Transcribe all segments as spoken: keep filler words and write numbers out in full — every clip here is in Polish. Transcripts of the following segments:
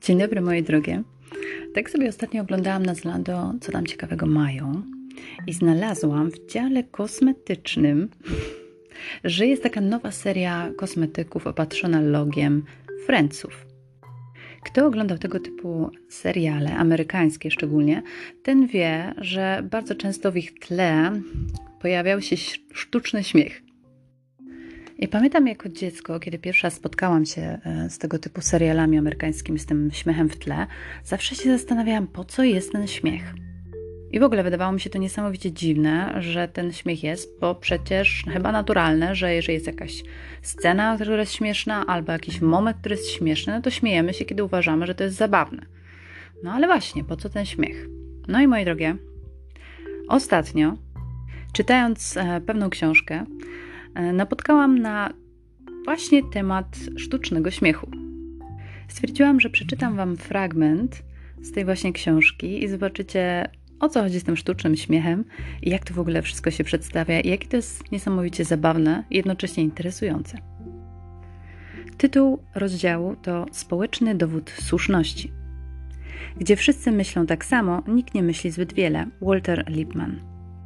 Dzień dobry, moje drogie. Tak sobie ostatnio oglądałam na Zalando, co tam ciekawego mają i znalazłam w dziale kosmetycznym, że jest taka nowa seria kosmetyków opatrzona logiem Friendsów. Kto oglądał tego typu seriale, amerykańskie szczególnie, ten wie, że bardzo często w ich tle pojawiał się sztuczny śmiech. I pamiętam jako dziecko, kiedy pierwsza spotkałam się z tego typu serialami amerykańskimi, z tym śmiechem w tle, zawsze się zastanawiałam, po co jest ten śmiech. I w ogóle wydawało mi się to niesamowicie dziwne, że ten śmiech jest, bo przecież chyba naturalne, że jeżeli jest jakaś scena, która jest śmieszna, albo jakiś moment, który jest śmieszny, no to śmiejemy się, kiedy uważamy, że to jest zabawne. No ale właśnie, po co ten śmiech? No i moi drogie, ostatnio, czytając pewną książkę, napotkałam na właśnie temat sztucznego śmiechu. Stwierdziłam, że przeczytam Wam fragment z tej właśnie książki i zobaczycie, o co chodzi z tym sztucznym śmiechem i jak to w ogóle wszystko się przedstawia i jakie to jest niesamowicie zabawne i jednocześnie interesujące. Tytuł rozdziału to Społeczny dowód słuszności. Gdzie wszyscy myślą tak samo, nikt nie myśli zbyt wiele. Walter Lippmann.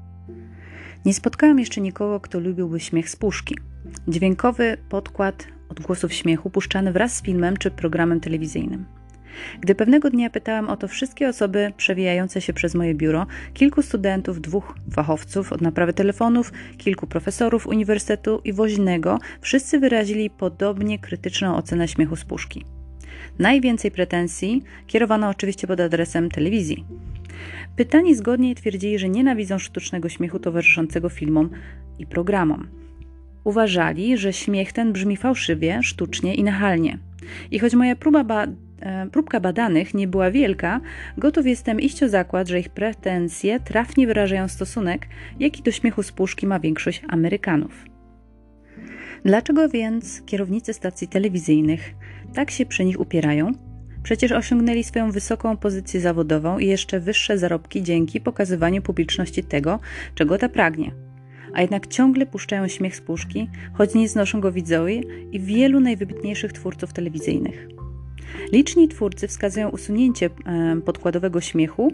Nie spotkałam jeszcze nikogo, kto lubiłby śmiech z puszki. Dźwiękowy podkład odgłosów śmiechu puszczany wraz z filmem czy programem telewizyjnym. Gdy pewnego dnia pytałam o to wszystkie osoby przewijające się przez moje biuro, kilku studentów, dwóch fachowców od naprawy telefonów, kilku profesorów uniwersytetu i woźnego, wszyscy wyrazili podobnie krytyczną ocenę śmiechu z puszki. Najwięcej pretensji kierowano oczywiście pod adresem telewizji. Pytani zgodnie twierdzili, że nienawidzą sztucznego śmiechu towarzyszącego filmom i programom. Uważali, że śmiech ten brzmi fałszywie, sztucznie i nachalnie. I choć moja próba ba- e, próbka badanych nie była wielka, gotów jestem iść o zakład, że ich pretensje trafnie wyrażają stosunek, jaki do śmiechu z puszki ma większość Amerykanów. Dlaczego więc kierownicy stacji telewizyjnych tak się przy nich upierają? Przecież osiągnęli swoją wysoką pozycję zawodową i jeszcze wyższe zarobki dzięki pokazywaniu publiczności tego, czego ta pragnie. A jednak ciągle puszczają śmiech z puszki, choć nie znoszą go widzowie i wielu najwybitniejszych twórców telewizyjnych. Liczni twórcy wskazują usunięcie podkładowego śmiechu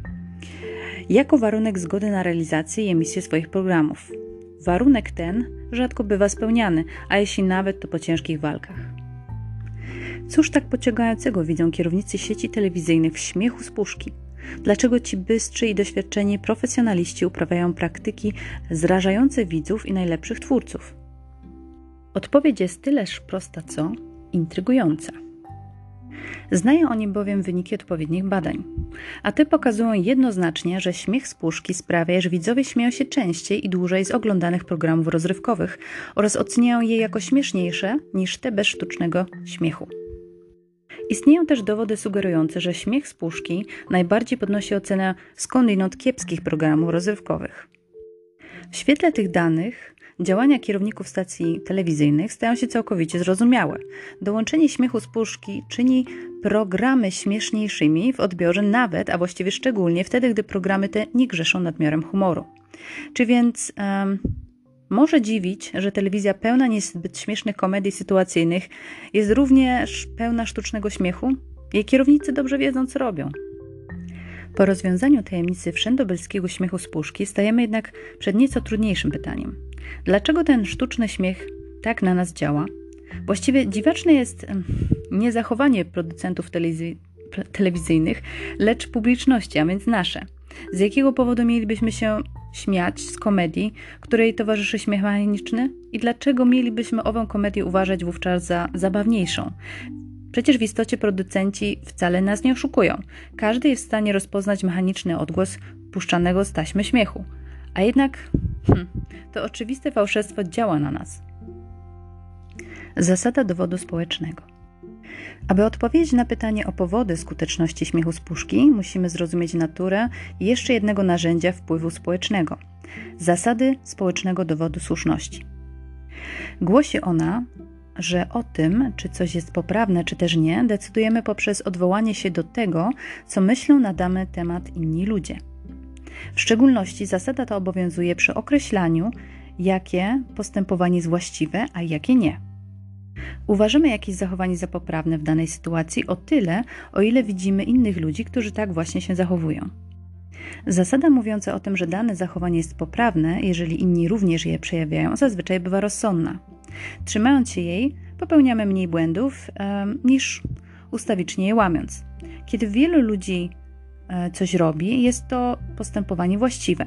jako warunek zgody na realizację i emisję swoich programów. Warunek ten rzadko bywa spełniany, a jeśli nawet, to po ciężkich walkach. Cóż tak pociągającego widzą kierownicy sieci telewizyjnych w śmiechu z puszki? Dlaczego ci bystrzy i doświadczeni profesjonaliści uprawiają praktyki zrażające widzów i najlepszych twórców? Odpowiedź jest tyleż prosta, co intrygująca. Znają oni bowiem wyniki odpowiednich badań, a te pokazują jednoznacznie, że śmiech z puszki sprawia, że widzowie śmieją się częściej i dłużej z oglądanych programów rozrywkowych oraz oceniają je jako śmieszniejsze niż te bez sztucznego śmiechu. Istnieją też dowody sugerujące, że śmiech z puszki najbardziej podnosi ocenę skądinąd kiepskich programów rozrywkowych. W świetle tych danych działania kierowników stacji telewizyjnych stają się całkowicie zrozumiałe. Dołączenie śmiechu z puszki czyni programy śmieszniejszymi w odbiorze nawet, a właściwie szczególnie wtedy, gdy programy te nie grzeszą nadmiarem humoru. Czy więc um, może dziwić, że telewizja pełna niezbyt śmiesznych komedii sytuacyjnych jest również pełna sztucznego śmiechu? Jej kierownicy dobrze wiedzą, co robią. Po rozwiązaniu tajemnicy wszędobylskiego śmiechu z puszki stajemy jednak przed nieco trudniejszym pytaniem. Dlaczego ten sztuczny śmiech tak na nas działa? Właściwie dziwaczne jest nie zachowanie producentów telewizy- telewizyjnych, lecz publiczności, a więc nasze. Z jakiego powodu mielibyśmy się śmiać z komedii, której towarzyszy śmiech mechaniczny? I dlaczego mielibyśmy ową komedię uważać wówczas za zabawniejszą? Przecież w istocie producenci wcale nas nie oszukują. Każdy jest w stanie rozpoznać mechaniczny odgłos puszczanego z taśmy śmiechu. A jednak hmm, to oczywiste fałszerstwo działa na nas. Zasada dowodu społecznego. Aby odpowiedzieć na pytanie o powody skuteczności śmiechu z puszki, musimy zrozumieć naturę jeszcze jednego narzędzia wpływu społecznego – zasady społecznego dowodu słuszności. Głosi ona, że o tym, czy coś jest poprawne, czy też nie, decydujemy poprzez odwołanie się do tego, co myślą na dany temat inni ludzie. W szczególności zasada ta obowiązuje przy określaniu, jakie postępowanie jest właściwe, a jakie nie. Uważamy jakieś zachowanie za poprawne w danej sytuacji o tyle, o ile widzimy innych ludzi, którzy tak właśnie się zachowują. Zasada mówiąca o tym, że dane zachowanie jest poprawne, jeżeli inni również je przejawiają, zazwyczaj bywa rozsądna. Trzymając się jej, popełniamy mniej błędów e, niż ustawicznie je łamiąc. Kiedy wielu ludzi e, coś robi, jest to postępowanie właściwe.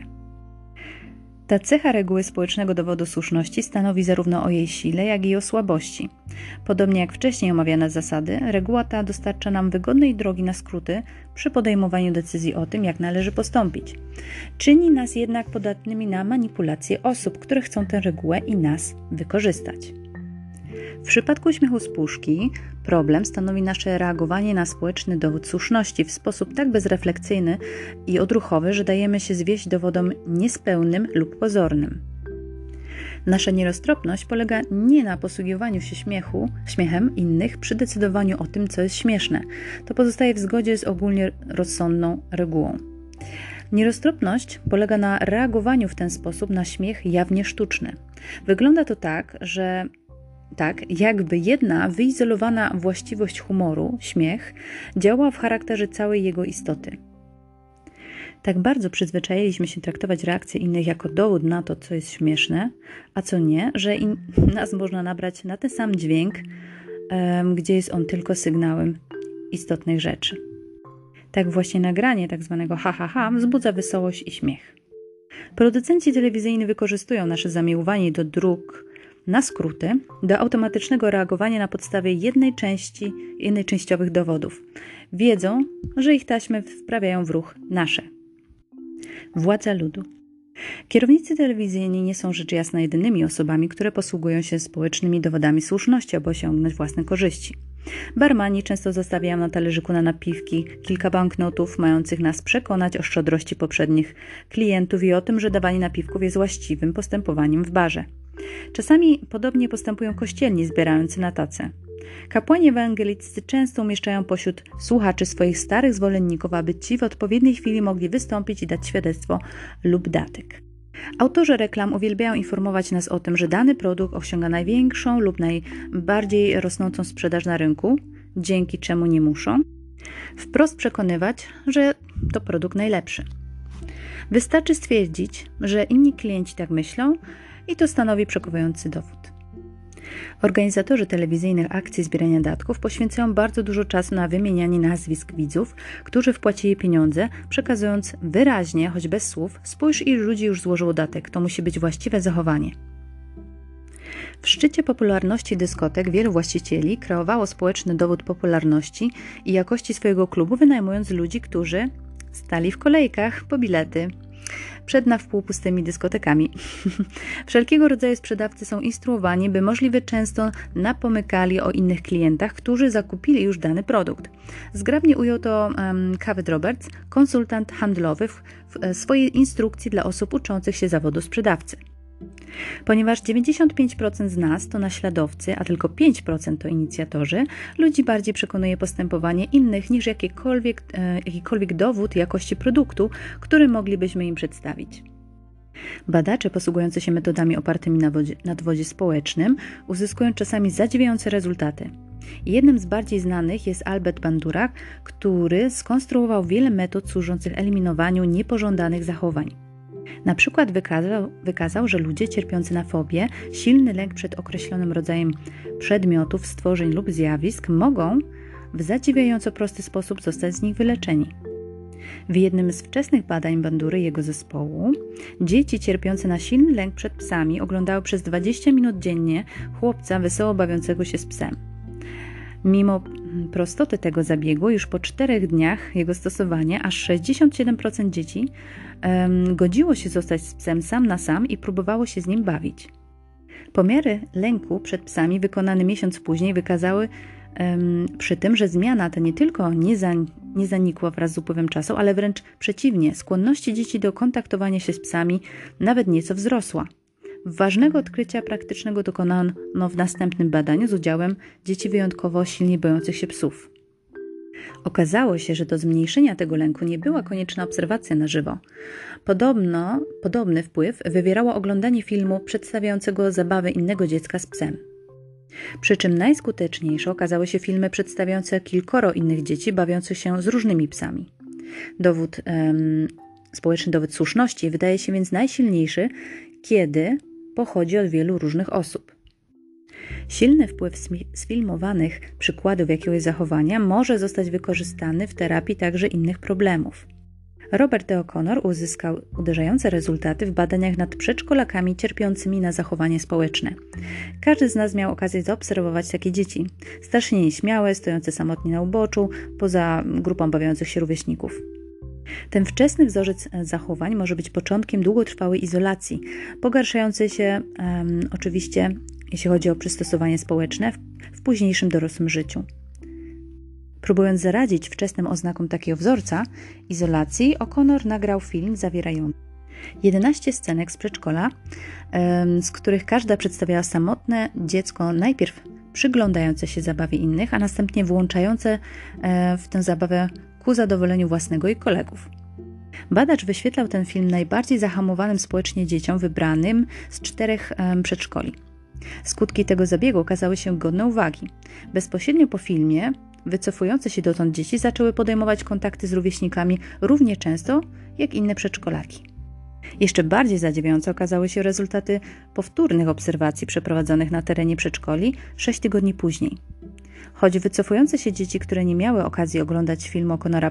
Ta cecha reguły społecznego dowodu słuszności stanowi zarówno o jej sile, jak i o słabości. Podobnie jak wcześniej omawiane zasady, reguła ta dostarcza nam wygodnej drogi na skróty przy podejmowaniu decyzji o tym, jak należy postąpić. Czyni nas jednak podatnymi na manipulacje osób, które chcą tę regułę i nas wykorzystać. W przypadku śmiechu z puszki problem stanowi nasze reagowanie na społeczny dowód słuszności w sposób tak bezrefleksyjny i odruchowy, że dajemy się zwieść dowodom niespełnym lub pozornym. Nasza nieroztropność polega nie na posługiwaniu się śmiechu, śmiechem innych przy decydowaniu o tym, co jest śmieszne. To pozostaje w zgodzie z ogólnie rozsądną regułą. Nieroztropność polega na reagowaniu w ten sposób na śmiech jawnie sztuczny. Wygląda to tak, że Tak, jakby jedna wyizolowana właściwość humoru, śmiech, działała w charakterze całej jego istoty. Tak bardzo przyzwyczailiśmy się traktować reakcje innych jako dowód na to, co jest śmieszne, a co nie, że in, nas można nabrać na ten sam dźwięk, um, gdzie jest on tylko sygnałem istotnych rzeczy. Tak właśnie nagranie tak zwanego ha ha ha wzbudza wesołość i śmiech. Producenci telewizyjni wykorzystują nasze zamiłowanie do dróg na skróty do automatycznego reagowania na podstawie jednej części, jednej częściowych dowodów. Wiedzą, że ich taśmy wprawiają w ruch nasze. Władza ludu. Kierownicy telewizyjni nie są rzecz jasna jedynymi osobami, które posługują się społecznymi dowodami słuszności, aby osiągnąć własne korzyści. Barmani często zostawiają na talerzyku na napiwki kilka banknotów, mających nas przekonać o szczodrości poprzednich klientów i o tym, że dawanie napiwków jest właściwym postępowaniem w barze. Czasami podobnie postępują kościelni zbierający na tacę. Kapłani ewangeliccy często umieszczają pośród słuchaczy swoich starych zwolenników, aby ci w odpowiedniej chwili mogli wystąpić i dać świadectwo lub datek. Autorzy reklam uwielbiają informować nas o tym, że dany produkt osiąga największą lub najbardziej rosnącą sprzedaż na rynku, dzięki czemu nie muszą wprost przekonywać, że to produkt najlepszy. Wystarczy stwierdzić, że inni klienci tak myślą i to stanowi przekonujący dowód. Organizatorzy telewizyjnych akcji zbierania datków poświęcają bardzo dużo czasu na wymienianie nazwisk widzów, którzy wpłacili pieniądze, przekazując wyraźnie, choć bez słów: spójrz, ilu ludzi już złożyło datek, to musi być właściwe zachowanie. W szczycie popularności dyskotek wielu właścicieli kreowało społeczny dowód popularności i jakości swojego klubu, wynajmując ludzi, którzy stali w kolejkach po bilety przed na wpół pustymi dyskotekami. Wszelkiego rodzaju sprzedawcy są instruowani, by możliwie często napomykali o innych klientach, którzy zakupili już dany produkt. Zgrabnie ujął to um, Kaved Roberts, konsultant handlowy, w, w swojej instrukcji dla osób uczących się zawodu sprzedawcy. Ponieważ dziewięćdziesiąt pięć procent z nas to naśladowcy, a tylko pięć procent to inicjatorzy, ludzi bardziej przekonuje postępowanie innych niż jakikolwiek, e, jakikolwiek dowód jakości produktu, który moglibyśmy im przedstawić. Badacze posługujący się metodami opartymi na, wodzie, na dowodzie społecznym uzyskują czasami zadziwiające rezultaty. Jednym z bardziej znanych jest Albert Bandura, który skonstruował wiele metod służących eliminowaniu niepożądanych zachowań. Na przykład wykazał, wykazał, że ludzie cierpiący na fobię, silny lęk przed określonym rodzajem przedmiotów, stworzeń lub zjawisk mogą w zadziwiająco prosty sposób zostać z nich wyleczeni. W jednym z wczesnych badań Bandury i jego zespołu dzieci cierpiące na silny lęk przed psami oglądały przez dwadzieścia minut dziennie chłopca wesoło bawiącego się z psem. Mimo prostoty tego zabiegu, już po czterech dniach jego stosowania aż sześćdziesiąt siedem procent dzieci um, godziło się zostać z psem sam na sam i próbowało się z nim bawić. Pomiary lęku przed psami wykonane miesiąc później wykazały um, przy tym, że zmiana ta nie tylko nie, za, nie zanikła wraz z upływem czasu, ale wręcz przeciwnie, skłonności dzieci do kontaktowania się z psami nawet nieco wzrosła. Ważnego odkrycia praktycznego dokonano w następnym badaniu z udziałem dzieci wyjątkowo silnie bojących się psów. Okazało się, że do zmniejszenia tego lęku nie była konieczna obserwacja na żywo. Podobno, podobny wpływ wywierało oglądanie filmu przedstawiającego zabawę innego dziecka z psem. Przy czym najskuteczniejsze okazały się filmy przedstawiające kilkoro innych dzieci bawiących się z różnymi psami. Dowód, um, społeczny dowód słuszności wydaje się więc najsilniejszy, kiedy pochodzi od wielu różnych osób. Silny wpływ sfilmowanych przykładów jakiegoś zachowania może zostać wykorzystany w terapii także innych problemów. Robert D. O'Connor uzyskał uderzające rezultaty w badaniach nad przedszkolakami cierpiącymi na zachowanie społeczne. Każdy z nas miał okazję zaobserwować takie dzieci. Strasznie nieśmiałe, stojące samotnie na uboczu, poza grupą bawiących się rówieśników. Ten wczesny wzorzec zachowań może być początkiem długotrwałej izolacji, pogarszającej się um, oczywiście, jeśli chodzi o przystosowanie społeczne, w, w późniejszym dorosłym życiu. Próbując zaradzić wczesnym oznakom takiego wzorca izolacji, O'Connor nagrał film zawierający jedenaście scenek z przedszkola, z których każda przedstawiała samotne dziecko, najpierw przyglądające się zabawie innych, a następnie włączające w tę zabawę ku zadowoleniu własnego i kolegów. Badacz wyświetlał ten film najbardziej zahamowanym społecznie dzieciom wybranym z czterech przedszkoli. Skutki tego zabiegu okazały się godne uwagi. Bezpośrednio po filmie wycofujące się dotąd dzieci zaczęły podejmować kontakty z rówieśnikami równie często jak inne przedszkolaki. Jeszcze bardziej zadziwiające okazały się rezultaty powtórnych obserwacji przeprowadzonych na terenie przedszkoli sześć tygodni później. Choć wycofujące się dzieci, które nie miały okazji oglądać filmu O'Connora,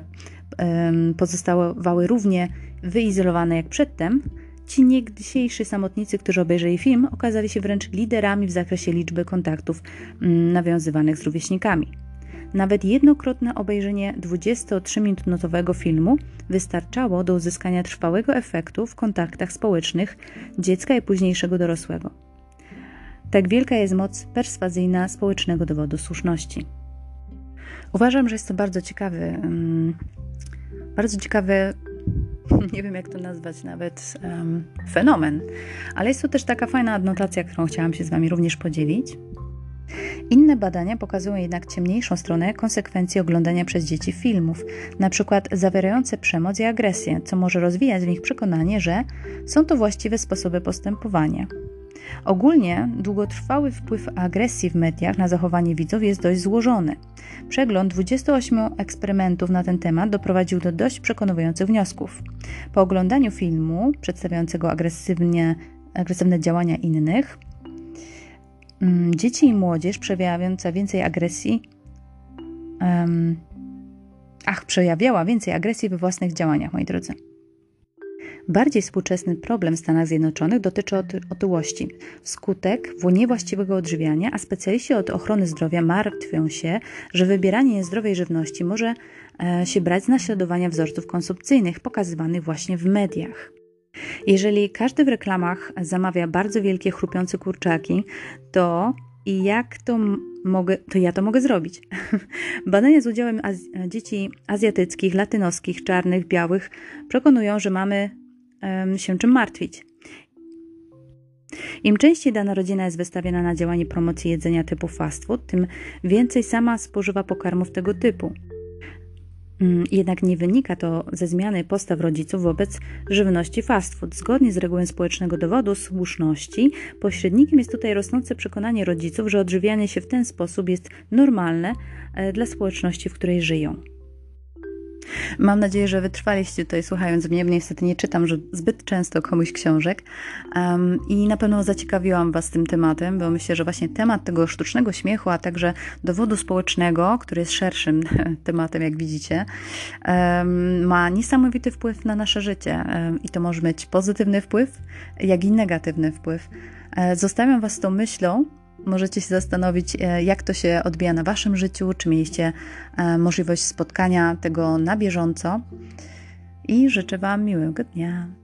pozostawały równie wyizolowane jak przedtem, ci niegdysiejsi samotnicy, którzy obejrzeli film, okazali się wręcz liderami w zakresie liczby kontaktów nawiązywanych z rówieśnikami. Nawet jednokrotne obejrzenie dwudziestotrzyminutowego filmu wystarczało do uzyskania trwałego efektu w kontaktach społecznych dziecka i późniejszego dorosłego. Tak wielka jest moc perswazyjna społecznego dowodu słuszności. Uważam, że jest to bardzo ciekawy, um, bardzo ciekawy, nie wiem jak to nazwać nawet, um, fenomen, ale jest to też taka fajna adnotacja, którą chciałam się z Wami również podzielić. Inne badania pokazują jednak ciemniejszą stronę konsekwencji oglądania przez dzieci filmów, na przykład zawierające przemoc i agresję, co może rozwijać w nich przekonanie, że są to właściwe sposoby postępowania. Ogólnie długotrwały wpływ agresji w mediach na zachowanie widzów jest dość złożony. Przegląd dwudziestu ośmiu eksperymentów na ten temat doprowadził do dość przekonujących wniosków. Po oglądaniu filmu przedstawiającego agresywnie, agresywne działania innych, dzieci i młodzież przejawiająca więcej agresji, um, ach, przejawiała więcej agresji we własnych działaniach, moi drodzy. Bardziej współczesny problem w Stanach Zjednoczonych dotyczy oty- otyłości. Wskutek niewłaściwego odżywiania, a specjaliści od ochrony zdrowia martwią się, że wybieranie niezdrowej żywności może e, się brać z naśladowania wzorców konsumpcyjnych pokazywanych właśnie w mediach. Jeżeli każdy w reklamach zamawia bardzo wielkie, chrupiące kurczaki, to i jak to mogę, to ja to mogę zrobić. Badania z udziałem az- dzieci azjatyckich, latynoskich, czarnych, białych przekonują, że mamy um, się czym martwić. Im częściej dana rodzina jest wystawiona na działanie promocji jedzenia typu fast food, tym więcej sama spożywa pokarmów tego typu. Jednak nie wynika to ze zmiany postaw rodziców wobec żywności fast food. Zgodnie z regułem społecznego dowodu słuszności, pośrednikiem jest tutaj rosnące przekonanie rodziców, że odżywianie się w ten sposób jest normalne dla społeczności, w której żyją. Mam nadzieję, że wytrwaliście tutaj słuchając mnie. Niestety nie czytam zbyt często komuś książek um, i na pewno zaciekawiłam Was tym tematem, bo myślę, że właśnie temat tego sztucznego śmiechu, a także dowodu społecznego, który jest szerszym tematem, jak widzicie, um, ma niesamowity wpływ na nasze życie um, i to może mieć pozytywny wpływ, jak i negatywny wpływ. Um, zostawiam Was z tą myślą. Możecie się zastanowić, jak to się odbija na Waszym życiu, czy mieliście możliwość spotkania tego na bieżąco i życzę Wam miłego dnia.